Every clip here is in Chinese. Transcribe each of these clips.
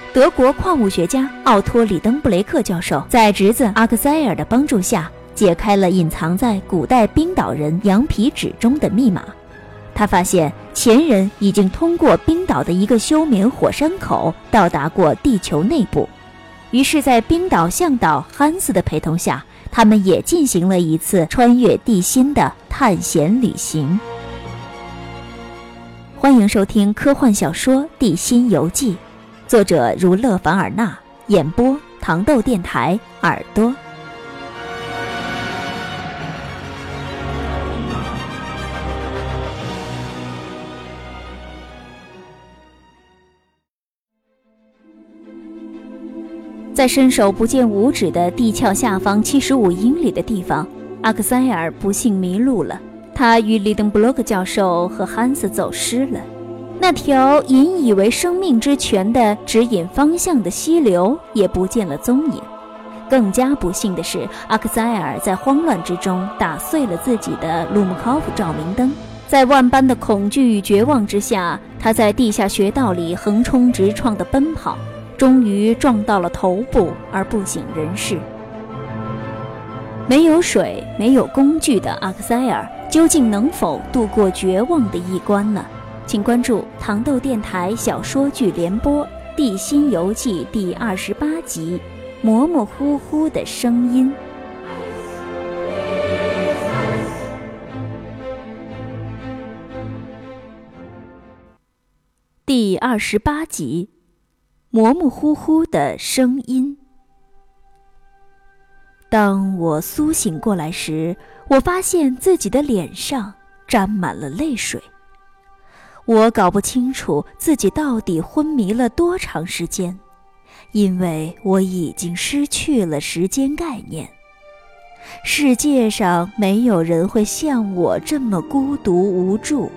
德国矿物学家奥托·里登布雷克教授在侄子阿克塞尔的帮助下，解开了隐藏在古代冰岛人羊皮纸中的密码。他发现前人已经通过冰岛的一个休眠火山口到达过地球内部，于是在冰岛向导汉斯的陪同下，他们也进行了一次穿越地心的探险旅行。欢迎收听科幻小说《地心游记》，作者如勒·凡尔纳，演播糖豆电台耳朵。在伸手不见五指的地壳下方75英里的地方，阿克塞尔不幸迷路了。他与里登布洛克教授和汉斯走失了。那条引以为生命之泉的指引方向的溪流也不见了踪影。更加不幸的是，阿克塞尔在慌乱之中打碎了自己的鲁姆考夫照明灯。在万般的恐惧与绝望之下，他在地下穴道里横冲直撞地奔跑，终于撞到了头部而不省人事。没有水、没有工具的阿克塞尔究竟能否度过绝望的一关呢？请关注糖豆电台小说剧联播《地心游记》第28集《模模糊糊的声音》。第28集模模糊糊的声音。当我苏醒过来时，我发现自己的脸上沾满了泪水。我搞不清楚自己到底昏迷了多长时间，因为我已经失去了时间概念。世界上没有人会像我这么孤独无助。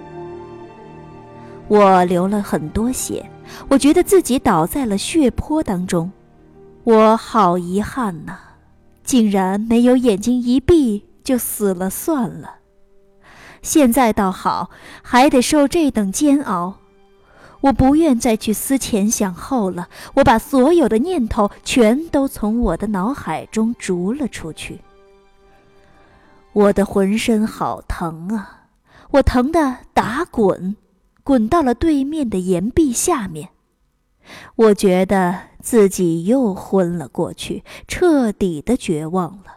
我流了很多血，我觉得自己倒在了血泊当中。我好遗憾呐，竟然没有眼睛一闭就死了算了。现在倒好，还得受这等煎熬。我不愿再去思前想后了，我把所有的念头全都从我的脑海中逐了出去。我的浑身好疼啊，我疼得打滚，滚到了对面的岩壁下面。我觉得自己又昏了过去，彻底的绝望了。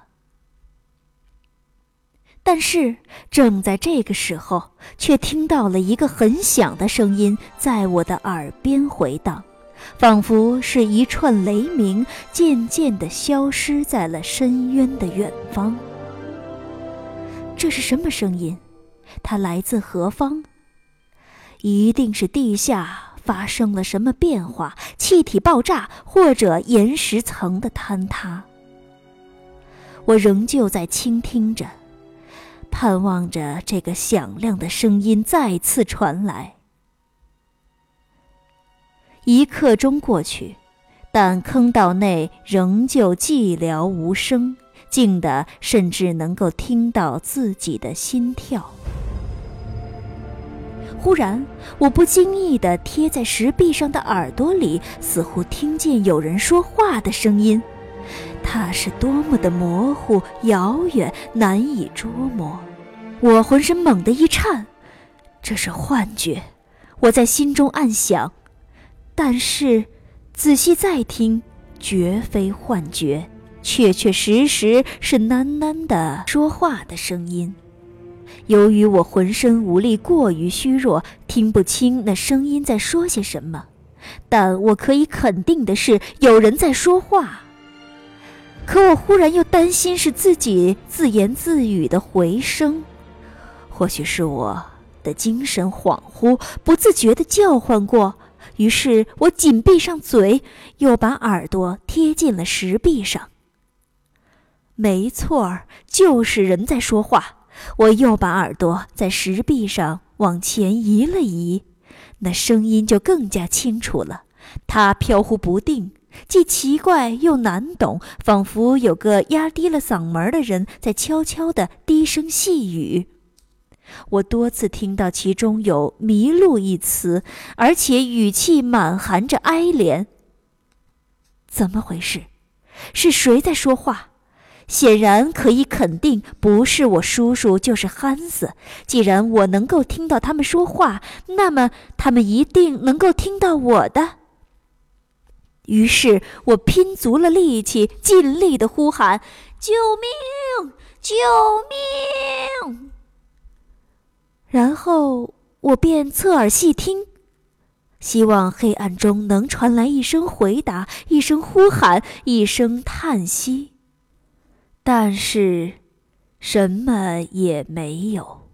但是正在这个时候，却听到了一个很响的声音在我的耳边回荡，仿佛是一串雷鸣，渐渐地消失在了深渊的远方。这是什么声音？它来自何方？一定是地下发生了什么变化，气体爆炸或者岩石层的坍塌。我仍旧在倾听着，盼望着这个响亮的声音再次传来。1刻钟过去，但坑道内仍旧寂寥无声，静得甚至能够听到自己的心跳。忽然，我不经意地贴在石壁上的耳朵里，似乎听见有人说话的声音。它是多么的模糊、遥远，难以捉摸。我浑身猛地一颤，这是幻觉，我在心中暗想。但是仔细再听，绝非幻觉，确确实实是喃喃的说话的声音。由于我浑身无力，过于虚弱，听不清那声音在说些什么，但我可以肯定的是，有人在说话。可我忽然又担心是自己自言自语的回声，或许是我的精神恍惚，不自觉地叫唤过。于是我紧闭上嘴，又把耳朵贴近了石壁上。没错，就是人在说话。我又把耳朵在石壁上往前移了移，那声音就更加清楚了。它飘忽不定，既奇怪又难懂，仿佛有个压低了嗓门的人在悄悄地低声细语。我多次听到其中有迷路一词，而且语气满含着哀怜。 怎么回事？是谁在说话？显然可以肯定，不是我叔叔就是汉斯。既然我能够听到他们说话，那么他们一定能够听到我的。于是我拼足了力气，尽力地呼喊：救命！救命！然后我便侧耳细听，希望黑暗中能传来一声回答，一声呼喊，一声叹息。但是什么也没有。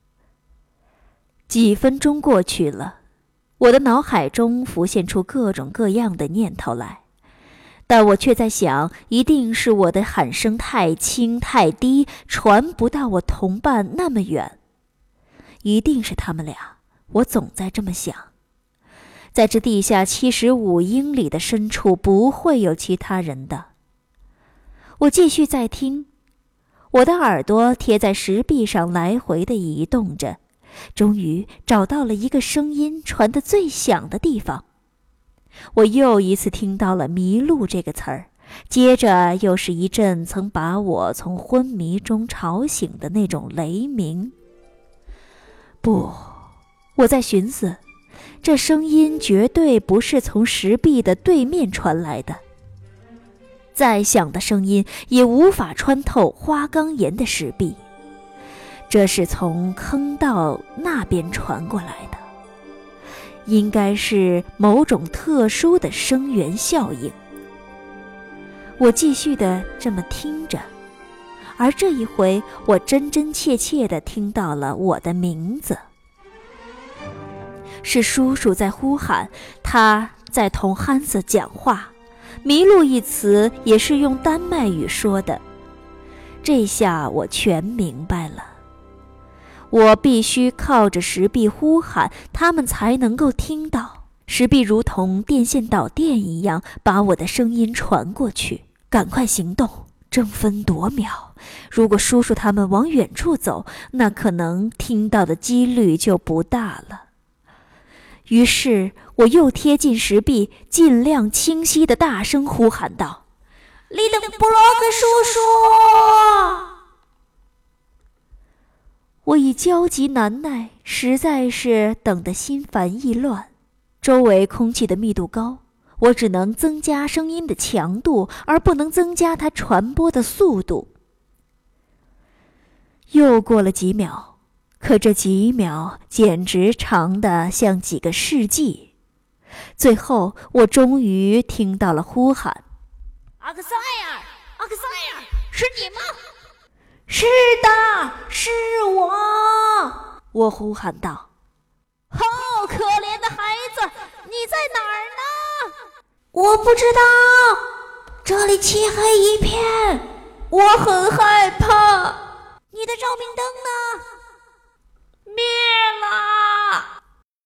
几分钟过去了，我的脑海中浮现出各种各样的念头来，但我却在想，一定是我的喊声太轻太低，传不到我同伴那么远。一定是他们俩，我总在这么想。在这地下75英里的深处，不会有其他人的。我继续在听，我的耳朵贴在石壁上来回地移动着，终于找到了一个声音传得最响的地方。我又一次听到了迷路这个词儿，接着又是一阵曾把我从昏迷中吵醒的那种雷鸣。不，我在寻思，这声音绝对不是从石壁的对面传来的。再响的声音也无法穿透花岗岩的石壁，这是从坑道那边传过来的，应该是某种特殊的声源效应。我继续地这么听着，而这一回我真真切切地听到了我的名字。是叔叔在呼喊，他在同汉斯讲话。迷路一词也是用丹麦语说的。这下我全明白了，我必须靠着石壁呼喊，他们才能够听到。石壁如同电线导电一样，把我的声音传过去。赶快行动，争分夺秒。如果叔叔他们往远处走，那可能听到的几率就不大了。于是我又贴近石壁，尽量清晰地大声呼喊道：利登布洛克叔叔！我已焦急难耐，实在是等得心烦意乱。周围空气的密度高，我只能增加声音的强度，而不能增加它传播的速度。又过了几秒，可这几秒简直长得像几个世纪。最后我终于听到了呼喊：阿克塞尔，阿克塞尔，是你吗？是的，是我！我呼喊道。哦，可怜的孩子，你在哪儿呢？我不知道，这里漆黑一片，我很害怕。你的照明灯呢？灭了！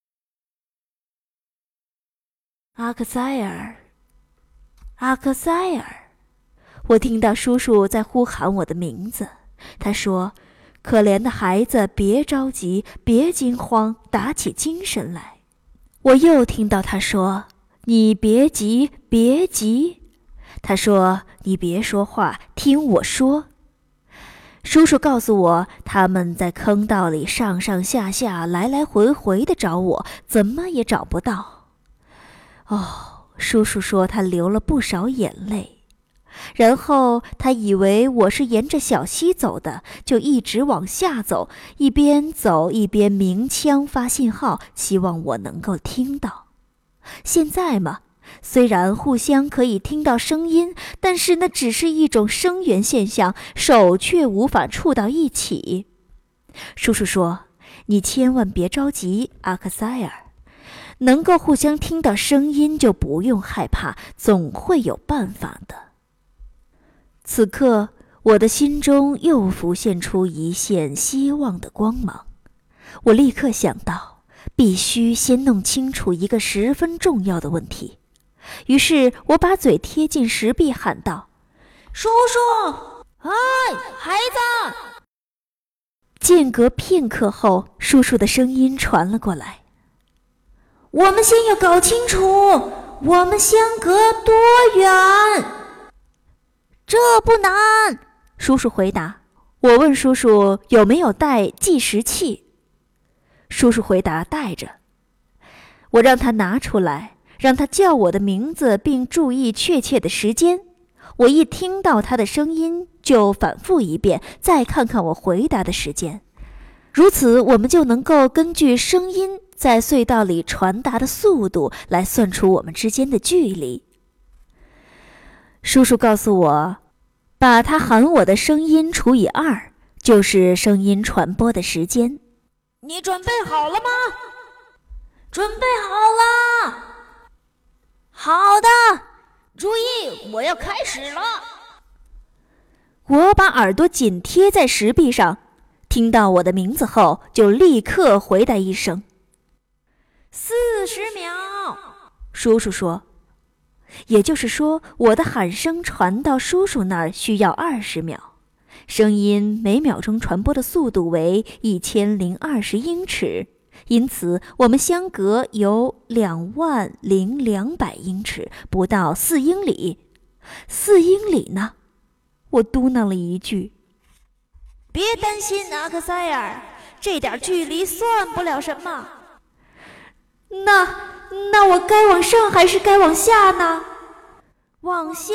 阿克塞尔，阿克塞尔！我听到叔叔在呼喊我的名字。他说：可怜的孩子，别着急，别惊慌，打起精神来。我又听到他说：你别急，别急。他说：你别说话，听我说。叔叔告诉我，他们在坑道里上上下下，来来回回地找我，怎么也找不到。叔叔说他流了不少眼泪。然后他以为我是沿着小溪走的，就一直往下走，一边走一边鸣枪发信号，希望我能够听到。现在嘛，虽然互相可以听到声音，但是那只是一种声源现象，手却无法触到一起。叔叔说：你千万别着急，阿克塞尔，能够互相听到声音就不用害怕，总会有办法的。此刻我的心中又浮现出一线希望的光芒。我立刻想到，必须先弄清楚一个十分重要的问题。于是我把嘴贴近石壁喊道：叔叔，哎，孩子！间隔片刻后，叔叔的声音传了过来：我们先要搞清楚， 我们相隔多远？这不难，叔叔回答。我问叔叔有没有带计时器，叔叔回答带着。我让他拿出来，让他叫我的名字并注意确切的时间。我一听到他的声音就反复一遍，再看看我回答的时间。如此我们就能够根据声音在隧道里传达的速度来算出我们之间的距离。叔叔告诉我，把他喊我的声音除以2，就是声音传播的时间。你准备好了吗？准备好了。好的，注意，我要开始了。我把耳朵紧贴在石壁上，听到我的名字后，就立刻回答一声。40秒，叔叔说。也就是说，我的喊声传到叔叔那儿需要20秒。声音每秒钟传播的速度为1020英尺，因此我们相隔有20200英尺，不到4英里。4英里呢？我嘟囔了一句。别担心，阿克塞尔，这点距离算不了什么。那我该往上还是该往下呢？往下。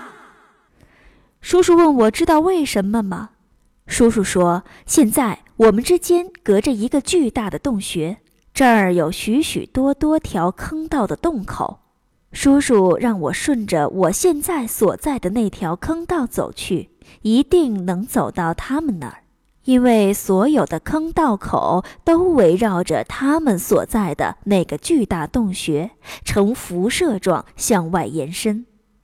叔叔问我知道为什么吗？叔叔说，现在我们之间隔着一个巨大的洞穴，这儿有许许多多条坑道的洞口。叔叔让我顺着我现在所在的那条坑道走去，一定能走到他们那儿，因为所有的坑道口都围绕着他们所在的那个巨大洞穴，呈辐射状向外延伸。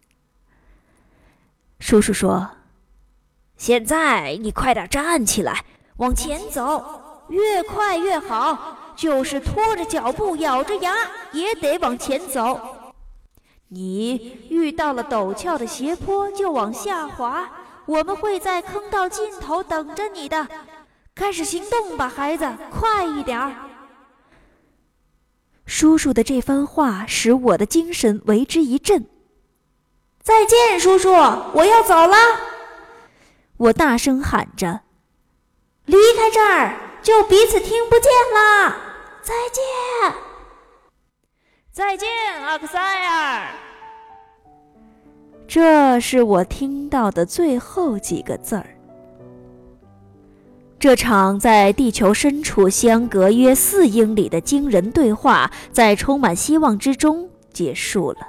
叔叔说，现在你快点站起来，往前走，越快越好，就是拖着脚步咬着牙也得往前走。你遇到了陡峭的斜坡就往下滑，我们会在坑道尽头等着你的。开始行动吧，孩子，快一点儿。叔叔的这番话使我的精神为之一振。再见，叔叔，我要走了。我大声喊着，离开这儿就彼此听不见了。再见。再见，阿克塞尔。这是我听到的最后几个字儿。这场在地球深处相隔约4英里的惊人对话，在充满希望之中结束了。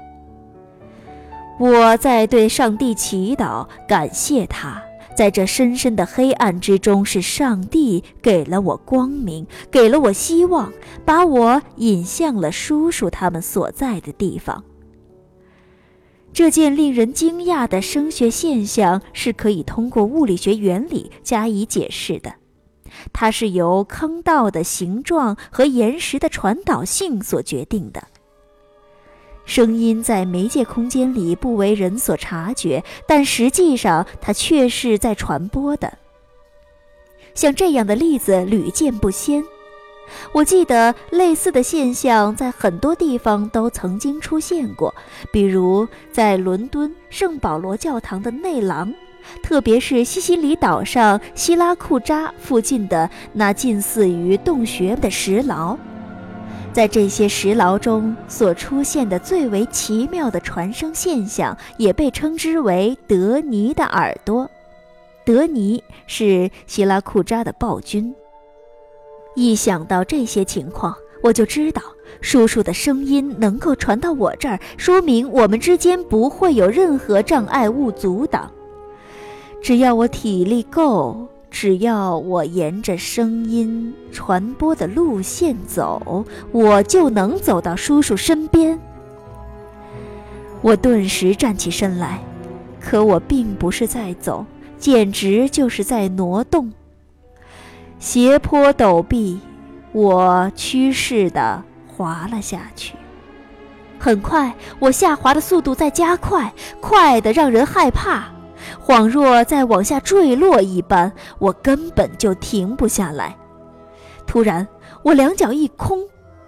我在对上帝祈祷，感谢他，在这深深的黑暗之中，是上帝给了我光明，给了我希望，把我引向了叔叔他们所在的地方。这件令人惊讶的声学现象是可以通过物理学原理加以解释的，它是由坑道的形状和岩石的传导性所决定的。声音在媒介空间里不为人所察觉，但实际上它却是在传播的。像这样的例子屡见不鲜。我记得类似的现象在很多地方都曾经出现过，比如在伦敦圣保罗教堂的内廊，特别是西西里岛上希拉库扎附近的那近似于洞穴的石牢。在这些石牢中所出现的最为奇妙的传声现象，也被称之为德尼的耳朵。德尼是希拉库扎的暴君。一想到这些情况，我就知道叔叔的声音能够传到我这儿，说明我们之间不会有任何障碍物阻挡。只要我体力够，只要我沿着声音传播的路线走，我就能走到叔叔身边。我顿时站起身来，可我并不是在走，简直就是在挪动。斜坡陡壁，我趋势地滑了下去。很快，我下滑的速度在加快，快得让人害怕，恍若在往下坠落一般，我根本就停不下来。突然，我两脚一空，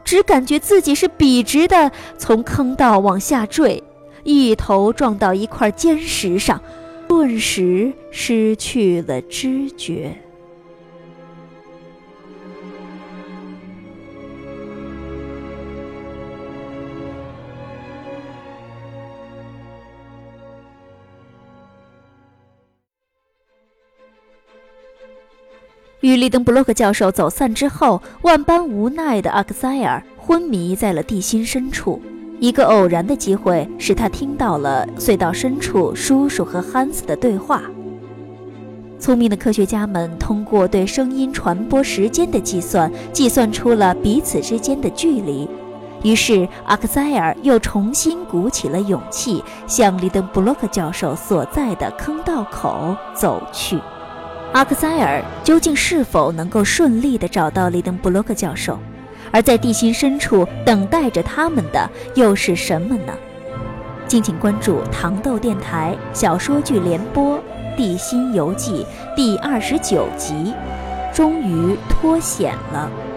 只感觉自己是笔直的从坑道往下坠，一头撞到一块坚石上，顿时失去了知觉。与利登布洛克教授走散之后，万般无奈的阿克塞尔昏迷在了地心深处。一个偶然的机会使他听到了隧道深处叔叔和汉斯的对话。聪明的科学家们通过对声音传播时间的计算，计算出了彼此之间的距离。于是阿克塞尔又重新鼓起了勇气，向利登布洛克教授所在的坑道口走去。阿克塞尔究竟是否能够顺利地找到利登布洛克教授？而在地心深处等待着他们的又是什么呢？敬请关注糖豆电台小说剧联播《地心游记》第29集，终于脱险了。